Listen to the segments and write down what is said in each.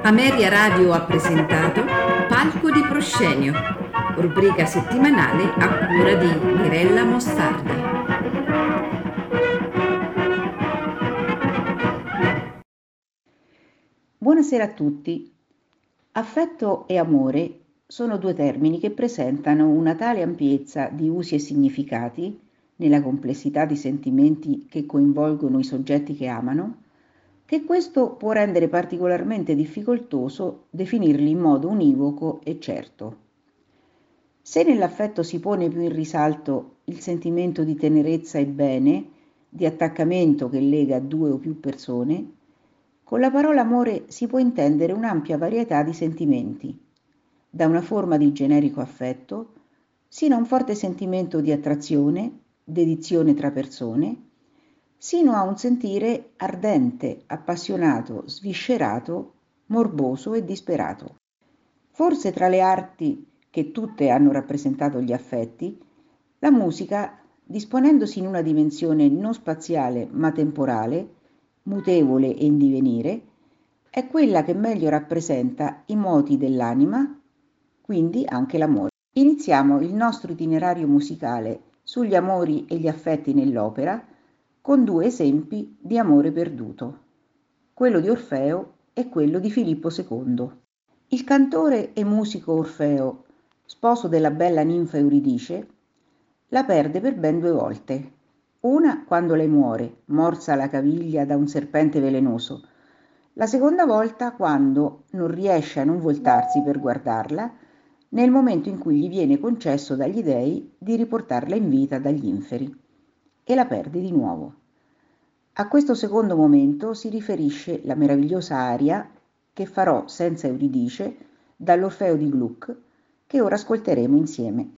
Ameria Radio ha presentato Palco di Proscenio, rubrica settimanale a cura di Mirella Mostardi. Buonasera a tutti. Affetto e amore sono due termini che presentano una tale ampiezza di usi e significati, nella complessità di sentimenti che coinvolgono i soggetti che amano, che questo può rendere particolarmente difficoltoso definirli in modo univoco e certo. Se nell'affetto si pone più in risalto il sentimento di tenerezza e bene, di attaccamento che lega due o più persone, con la parola amore si può intendere un'ampia varietà di sentimenti, da una forma di generico affetto, sino a un forte sentimento di attrazione, dedizione tra persone, sino a un sentire ardente, appassionato, sviscerato, morboso e disperato. Forse tra le arti che tutte hanno rappresentato gli affetti, la musica, disponendosi in una dimensione non spaziale ma temporale, mutevole e in divenire, è quella che meglio rappresenta i moti dell'anima, quindi anche l'amore. Iniziamo il nostro itinerario musicale sugli amori e gli affetti nell'opera con due esempi di amore perduto, quello di Orfeo e quello di Filippo II. Il cantore e musico Orfeo, sposo della bella ninfa Euridice, la perde per ben 2 volte. Una quando lei muore, morsa alla caviglia da un serpente velenoso. La seconda volta quando non riesce a non voltarsi per guardarla, nel momento in cui gli viene concesso dagli dei di riportarla in vita dagli inferi. E la perde di nuovo. A questo secondo momento si riferisce la meravigliosa aria che farò senza Euridice dall'Orfeo di Gluck, che ora ascolteremo insieme.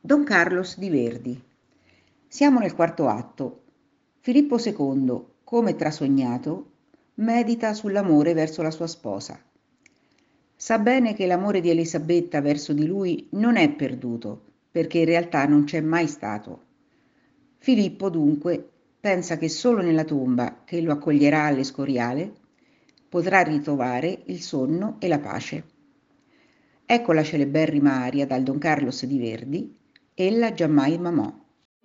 Don Carlos di Verdi. Siamo nel quarto atto. Filippo II, come trasognato, medita sull'amore verso la sua sposa. Sa bene che l'amore di Elisabetta verso di lui non è perduto, perché in realtà non c'è mai stato. Filippo, dunque, pensa che solo nella tomba che lo accoglierà all'Escoriale potrà ritrovare il sonno e la pace. Ecco la celeberrima aria dal Don Carlos di Verdi, Ella giammai m'amò.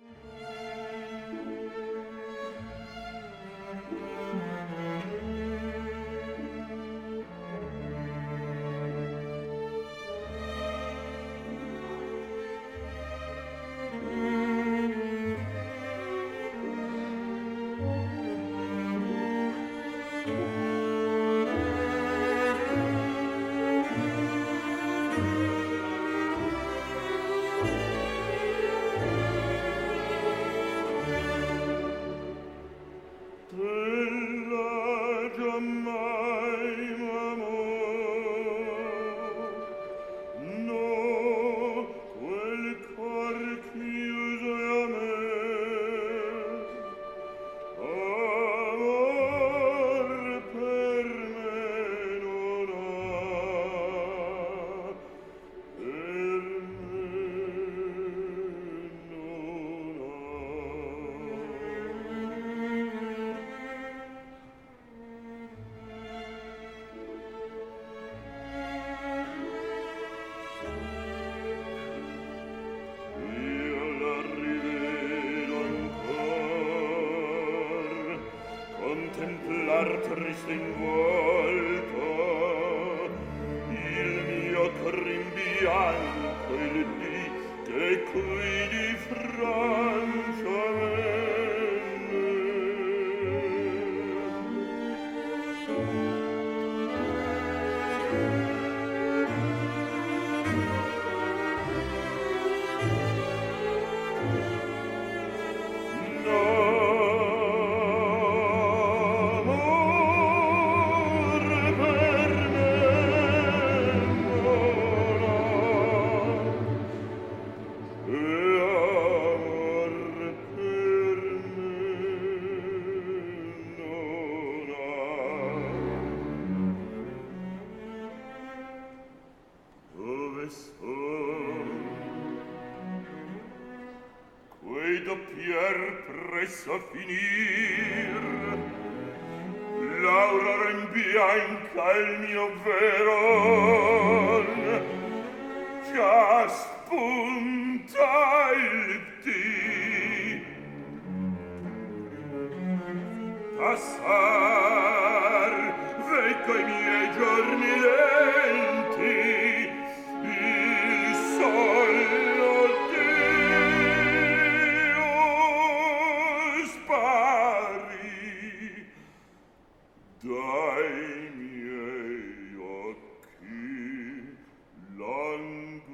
Contemplar triste in volto il mio cor in bianco il dì che qui di Francia venne. Quei doppier presso a finir, l'aurora in bianca il mio veron, già spunta il dì. Passar vecco i miei giorni lenti, il sollo Dio spari dai miei occhi languenti.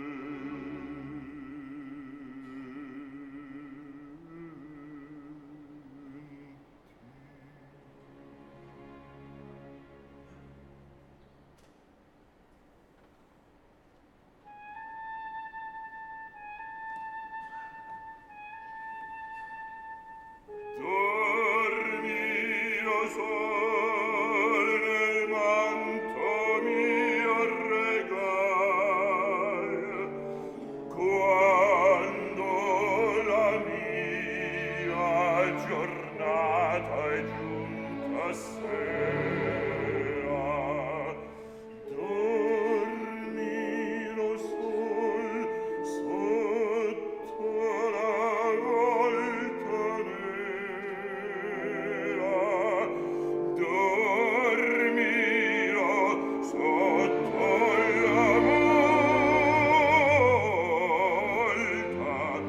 Dormiro sol nel manto mio regal, quando la mia giornata è giunta sera. Dormiro sol sotto la volta nera, dormiro sotto la volta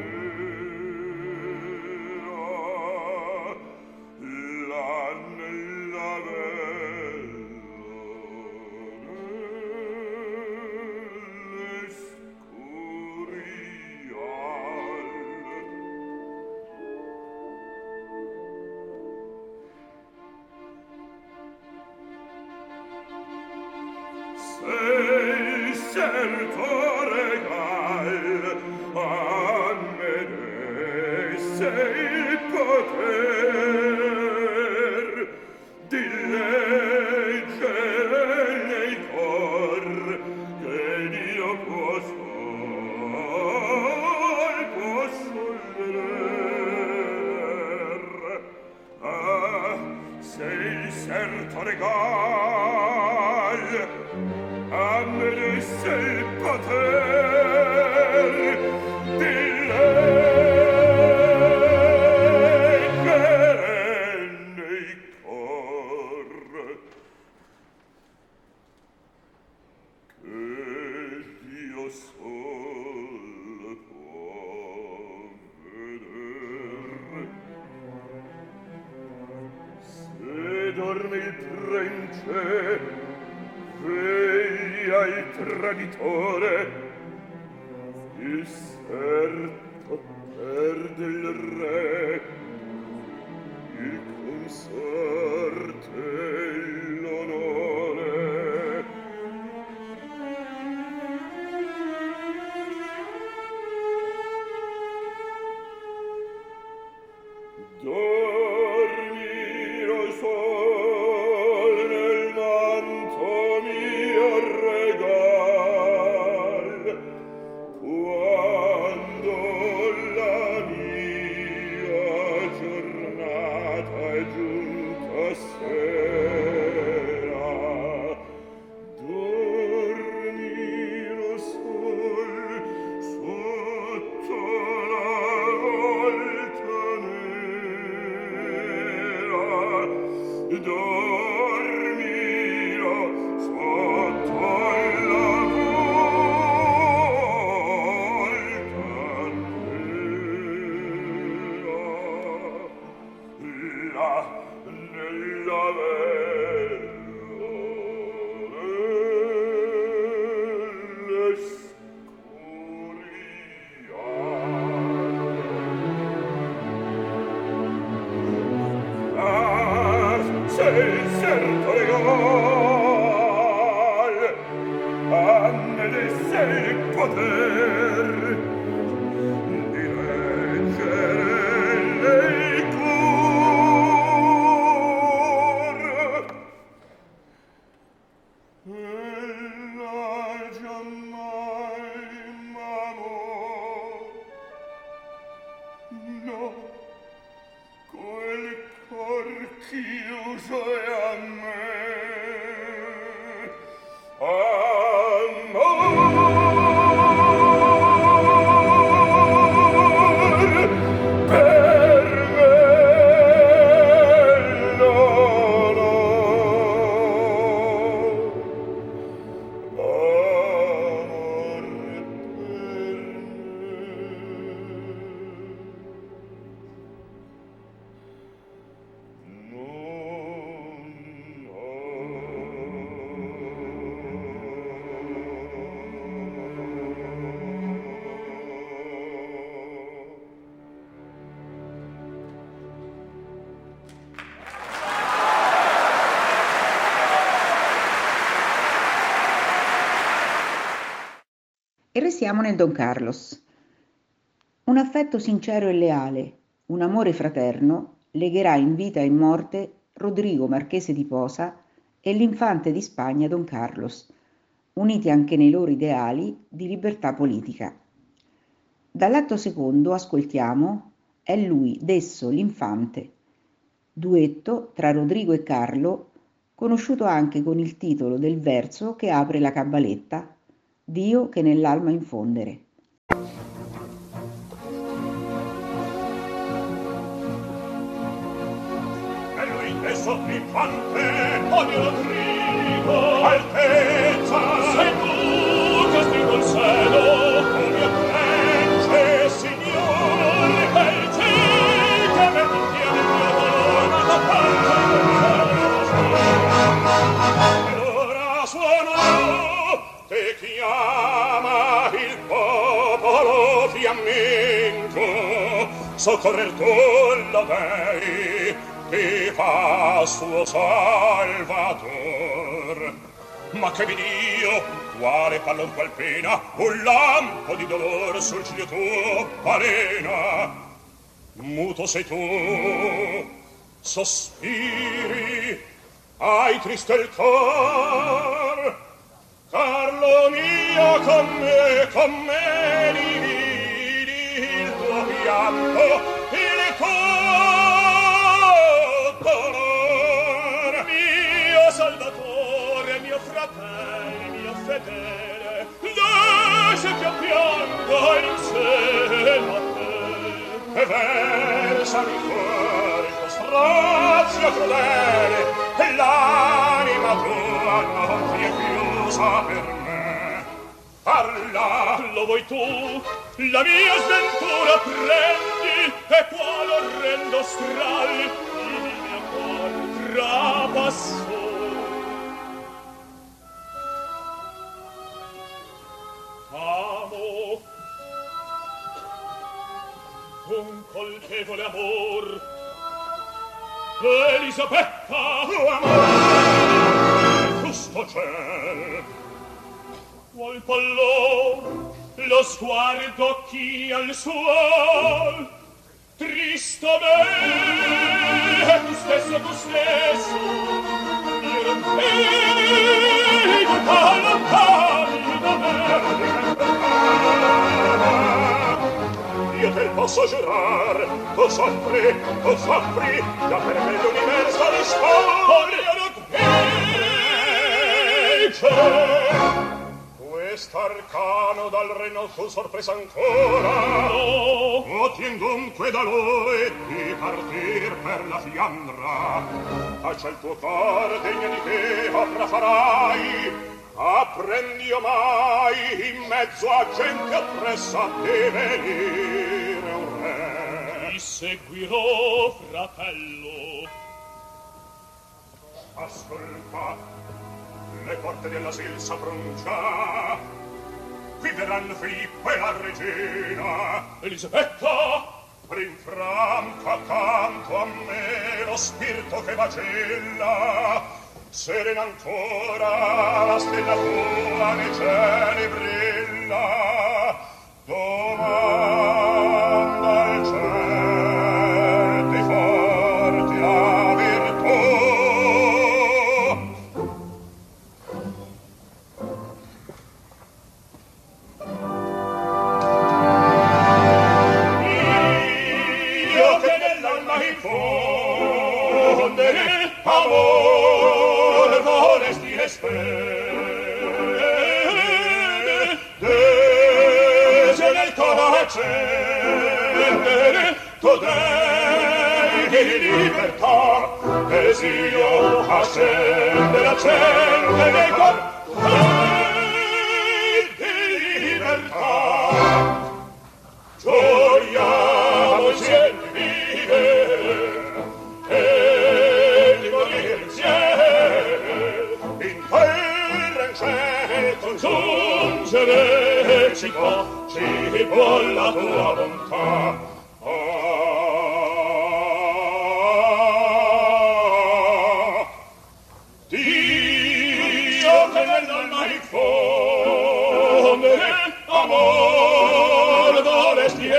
nera, là nella sei certo regal a me desse il poter di leggere nei cor che Dio posso leggere. Ah, sei certo regal a me desse il poter di leggere nei cor che Dio sol può vedere. Se dorme il prince, veglia il traditore, il serto perde il re, il consorte l'onore. Dormiro sol nel manto mio regal, quando la mia giornata è giunta sera. Dormiro sol sotto la volta nera, dormiro sotto la volta nera, là nella bella scuriata. Sei certo regal a me desse il poter di leggere nei cor. Ella giammai m'amò, no, quel cor chiuso è a me. Amor per me no, no. Amor per E restiamo nel Don Carlos. Un affetto sincero e leale, un amore fraterno legherà in vita e in morte Rodrigo Marchese di Posa e l'infante di Spagna Don Carlos, uniti anche nei loro ideali di libertà politica. Dall'atto secondo ascoltiamo È lui, desso, l'infante, duetto tra Rodrigo e Carlo, conosciuto anche con il titolo del verso che apre la cabaletta, Dio che nell'alma infondere. È lui stesso l'infante, o di Rodrigo, altezza, sei tu che sti col cielo, o mio prince, signor, è il te che me contiene il mio dolore, ma da parte ed ora suonerò, te chiama il popolo fiammento, soccorrer tu lo veri, che fa suo salvator. Ma che vi Dio quale pallon qual pena, un lampo di dolore sul ciglio tuo balena. Muto sei tu, sospiri, hai triste il cor. Carlo mio, con me dividi il tuo pianto, il tuo dolor. Mio salvatore, mio fratello, mio fedele, lascia che piango in seno a te. E versami fuori il tuo strazio crudele, e l'anima tua non ti è chiusa per me. Parla, lo vuoi tu, la mia sventura prendi, e quale orrendo stral il mio cuore trapassò. Amo un colpevole amor, Elisabetta, amor, giusto ciel. Vuol pallor lo sguardo chi al suol, tristo me, tu stesso, io non vedo lontani da me. Io te posso giurar, tu soffri, da per me l'universo risponde. Quest'arcano dal reno fu sorpresa ancora. No, tien dunque da lui di partir per la Fiandra. Faccia il tuo cor degno di te, opera farai. Apprendi mai in mezzo a gente oppressa di venire un re. Ti seguirò, fratello. Ascolta, le porte dell'asil s'aprono già. Qui verranno Filippo e la regina. Elisabetta, rinfranca accanto a me lo spirito che vacilla. Serena ancora la stella tua nei cieli brilla. Domanda al ciel dei forti la virtù. Io che nell'alma infondere amor vorresti esprimere, dese nel coro accendere, tu dei di libertà, desio accendere nel cor di libertà. Gioiamo insieme vivere e di morire insieme, in terra in cielo congiungere ci può la tua bontà. Dio che nell'alma infondere amor vorresti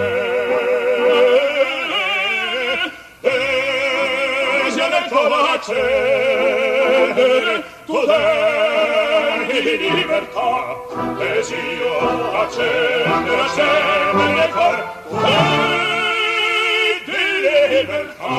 esprimere, desi nel coro accendere, tu dei di libertà, desio accendere nel cor di libertà.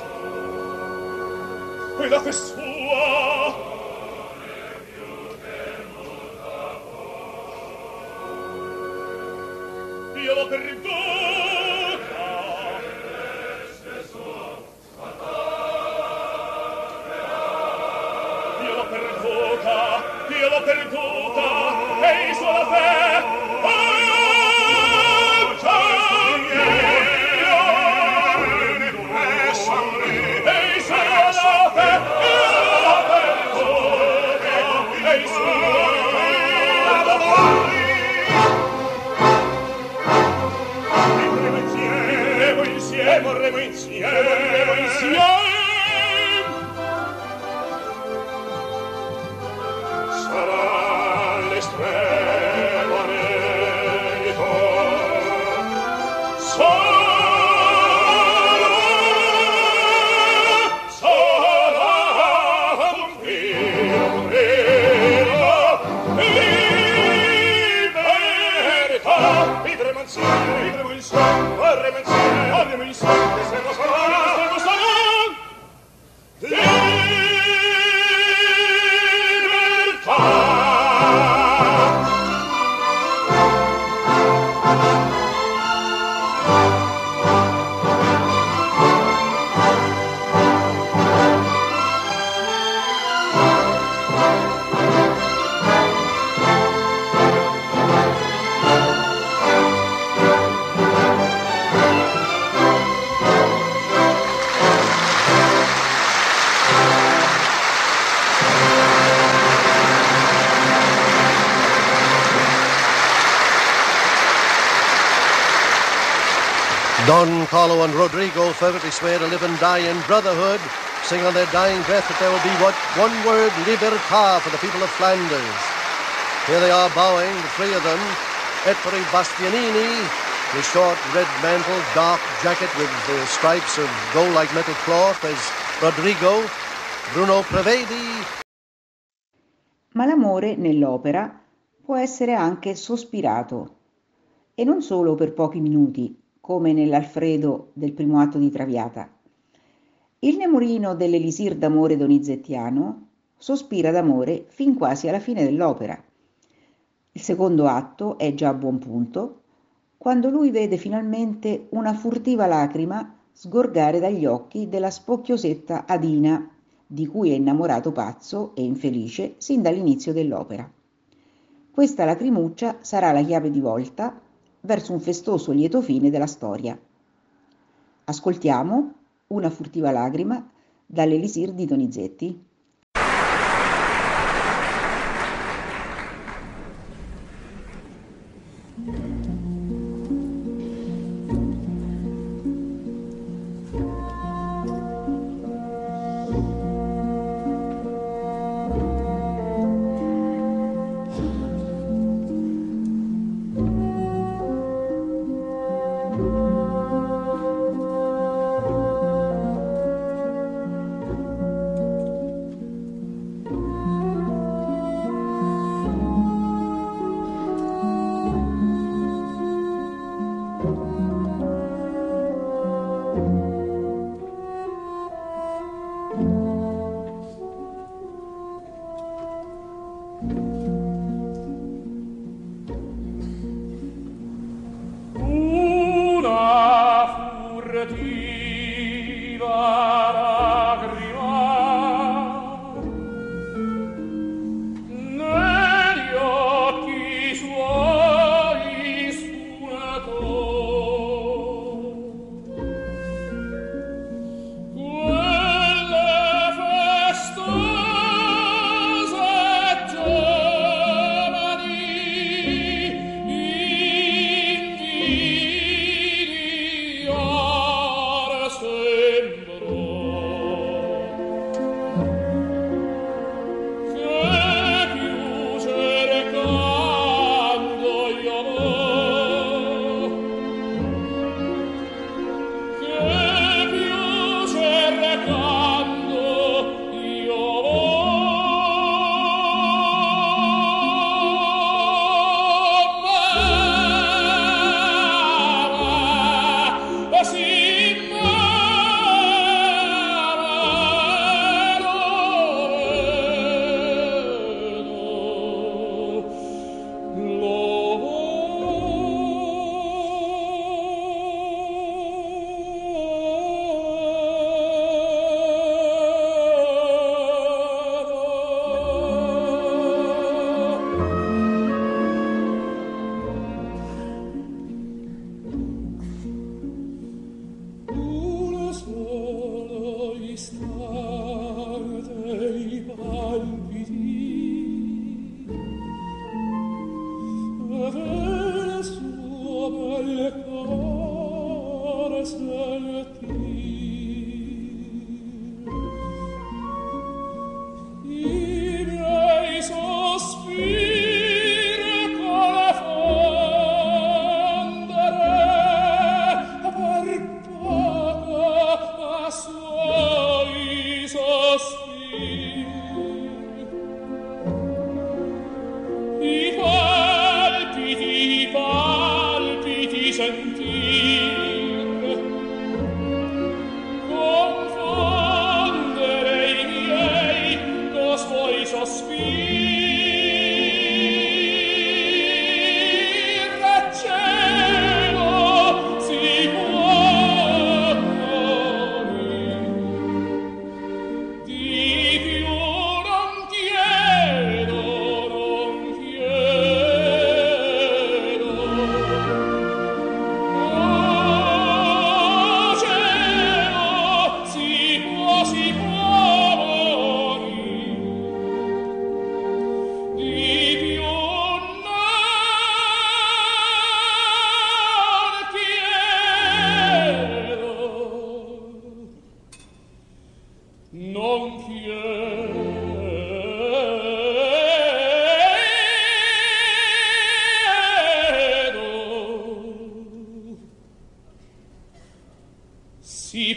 E la fe sua lo perduca. Io l'ho perduta, e sola te, vorremmo insieme. Sarà l'estremo merito, sarà un libertà. Vivremo insieme, vorremmo insieme, l'estremo sarà libertà. Don Carlo and Rodrigo fervently swear to live and die in brotherhood, sing on their dying breath that there will be one word, libertà, for the people of Flanders. Here they are bowing, the three of them, Ettore Bastianini, his short red mantle, dark jacket with the stripes of gold-like metal cloth, as Rodrigo, Bruno Prevedi. Ma l'amore nell'opera può essere anche sospirato, e non solo per pochi minuti, come nell'Alfredo del primo atto di Traviata. Il Nemorino dell'Elisir d'amore donizettiano sospira d'amore fin quasi alla fine dell'opera. Il secondo atto è già a buon punto, quando lui vede finalmente una furtiva lacrima sgorgare dagli occhi della spocchiosetta Adina, di cui è innamorato pazzo e infelice sin dall'inizio dell'opera. Questa lacrimuccia sarà la chiave di volta verso un festoso lieto fine della storia. Ascoltiamo Una furtiva lacrima dall'Elisir di Donizetti.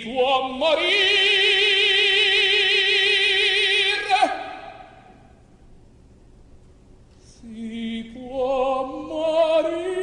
può morire. Si può morire.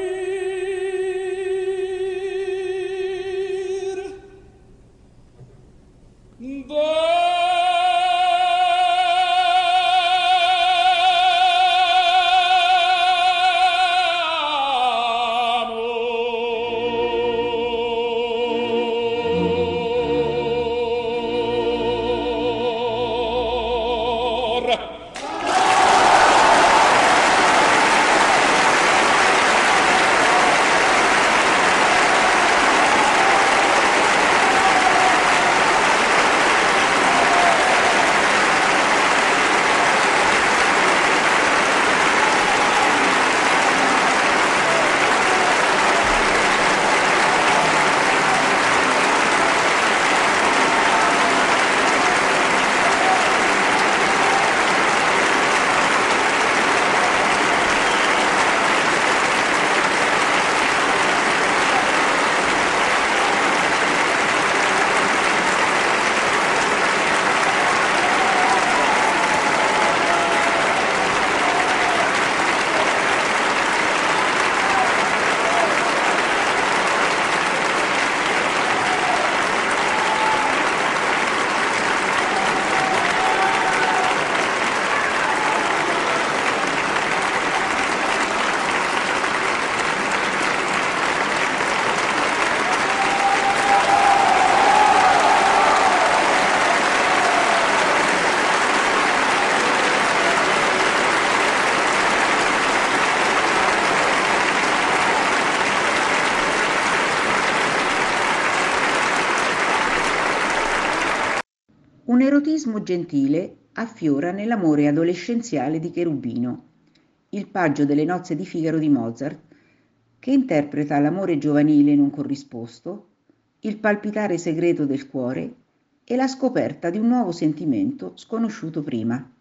Un erotismo gentile affiora nell'amore adolescenziale di Cherubino, il paggio delle nozze di Figaro di Mozart, che interpreta l'amore giovanile non corrisposto, il palpitare segreto del cuore e la scoperta di un nuovo sentimento sconosciuto prima.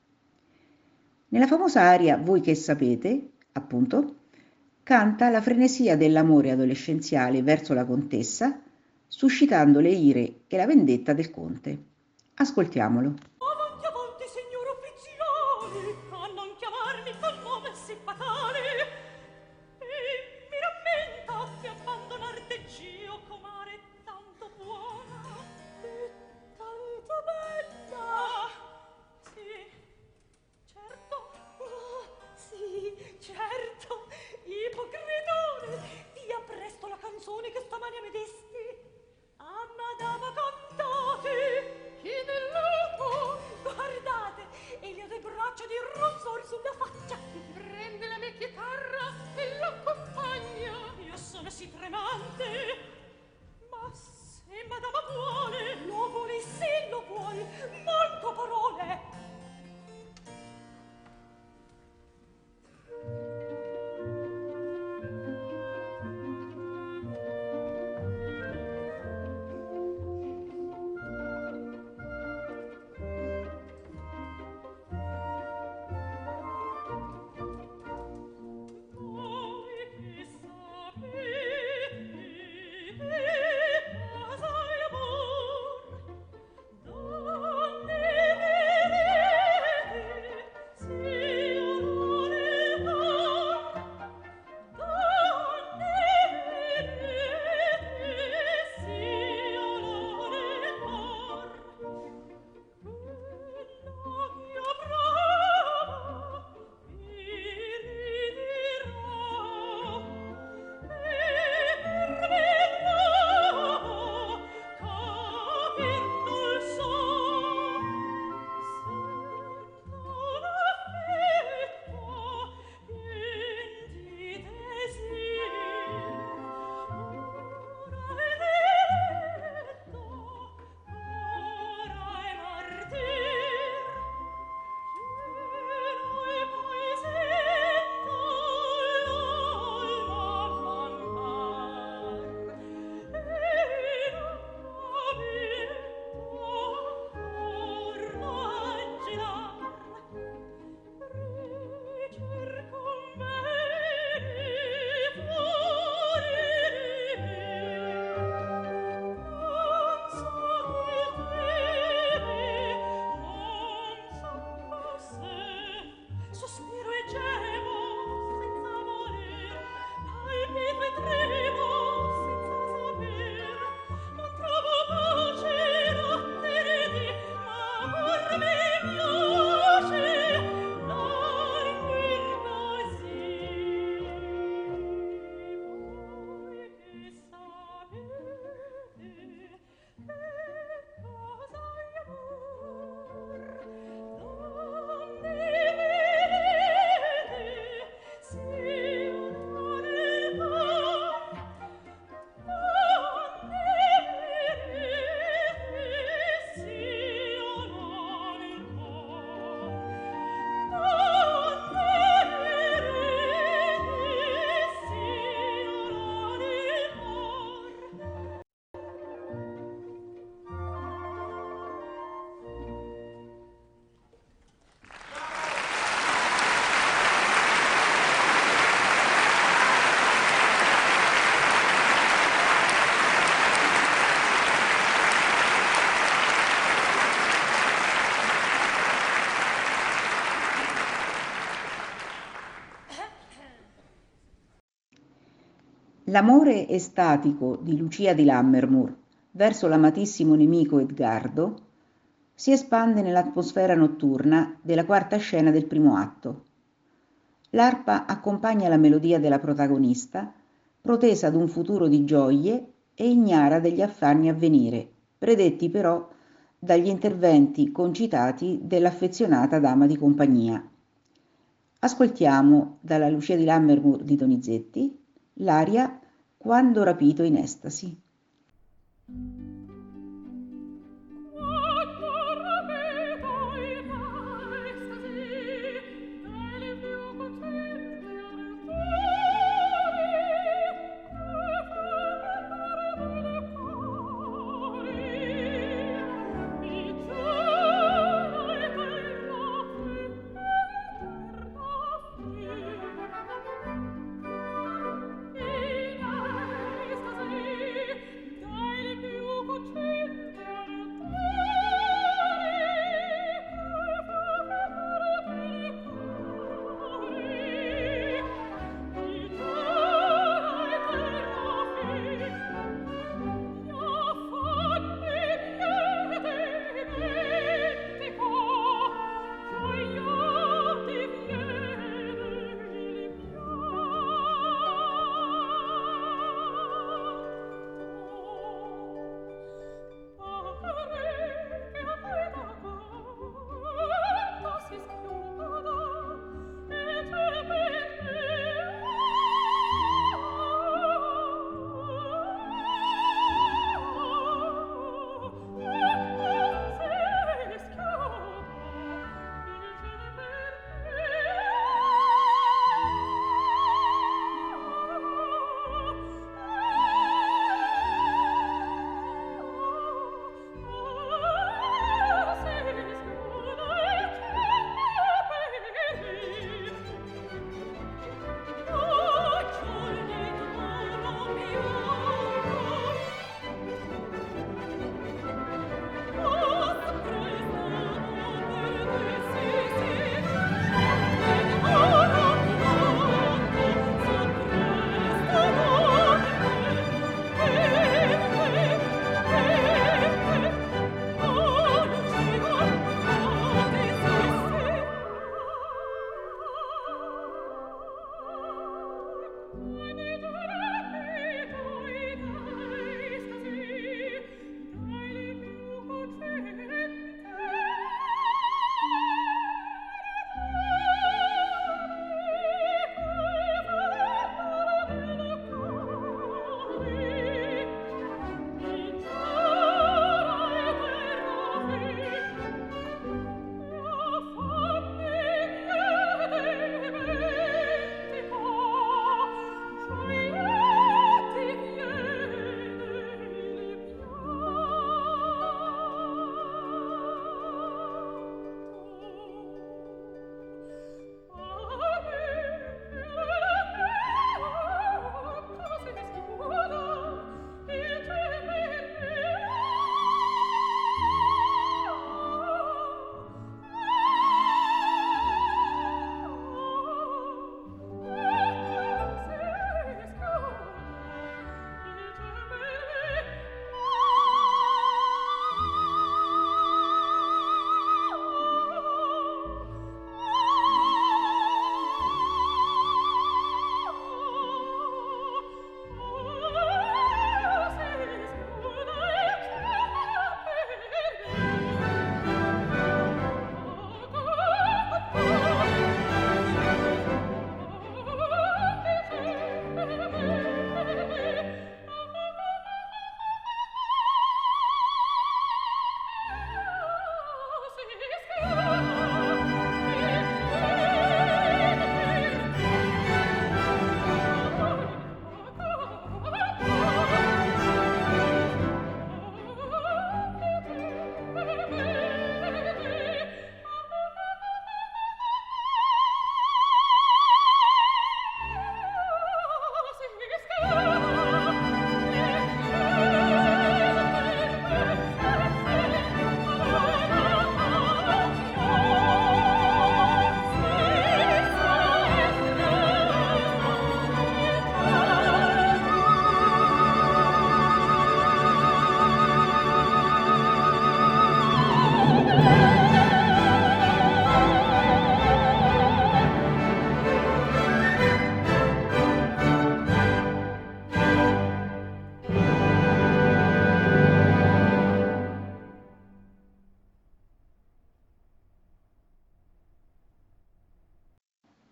Nella famosa aria Voi che sapete, appunto, canta la frenesia dell'amore adolescenziale verso la contessa, suscitando le ire e la vendetta del conte. Ascoltiamolo. Avanti, avanti, signor ufficiale, a non chiamarmi col nome sì fatale. E mi rammenta che abbandonarte Cio, comare, tanto buona e tanto bella. Sì, certo. Sì, certo. Ipocritone, dia presto la canzone che stamani a me desti. A madama cantate, chi nel lupo L'amore estatico di Lucia di Lammermoor verso l'amatissimo nemico Edgardo si espande nell'atmosfera notturna della quarta scena del primo atto. L'arpa accompagna la melodia della protagonista, protesa ad un futuro di gioie e ignara degli affanni a venire, predetti però dagli interventi concitati dell'affezionata dama di compagnia. Ascoltiamo dalla Lucia di Lammermoor di Donizetti l'aria Quando rapito in estasi.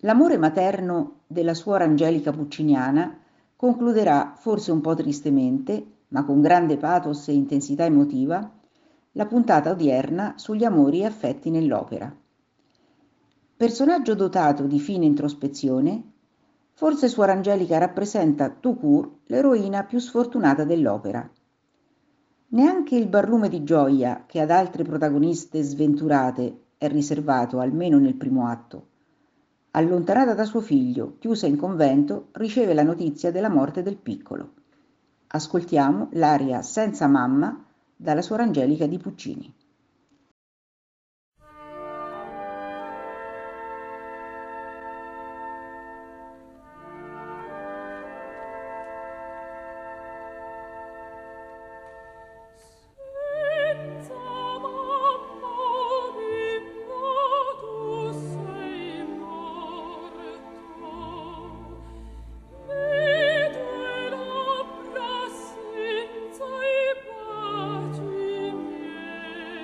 L'amore materno della suora Angelica Pucciniana concluderà, forse un po' tristemente, ma con grande pathos e intensità emotiva, la puntata odierna sugli amori e affetti nell'opera. Personaggio dotato di fine introspezione, forse suora Angelica rappresenta tout court l'eroina più sfortunata dell'opera. Neanche il barlume di gioia che ad altre protagoniste sventurate è riservato, almeno nel primo atto. Allontanata da suo figlio, chiusa in convento, riceve la notizia della morte del piccolo. Ascoltiamo l'aria Senza mamma dalla suora Angelica di Puccini. Senza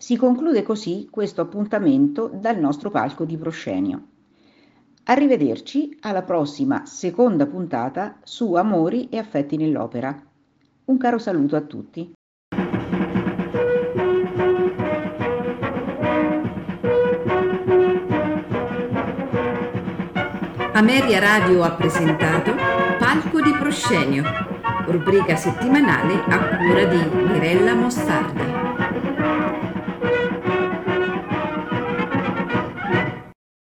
Si conclude così questo appuntamento dal nostro palco di proscenio. Arrivederci alla prossima seconda puntata su Amori e affetti nell'opera. Un caro saluto a tutti. Ameria Radio ha presentato Palco di proscenio, rubrica settimanale a cura di Mirella Mostarda.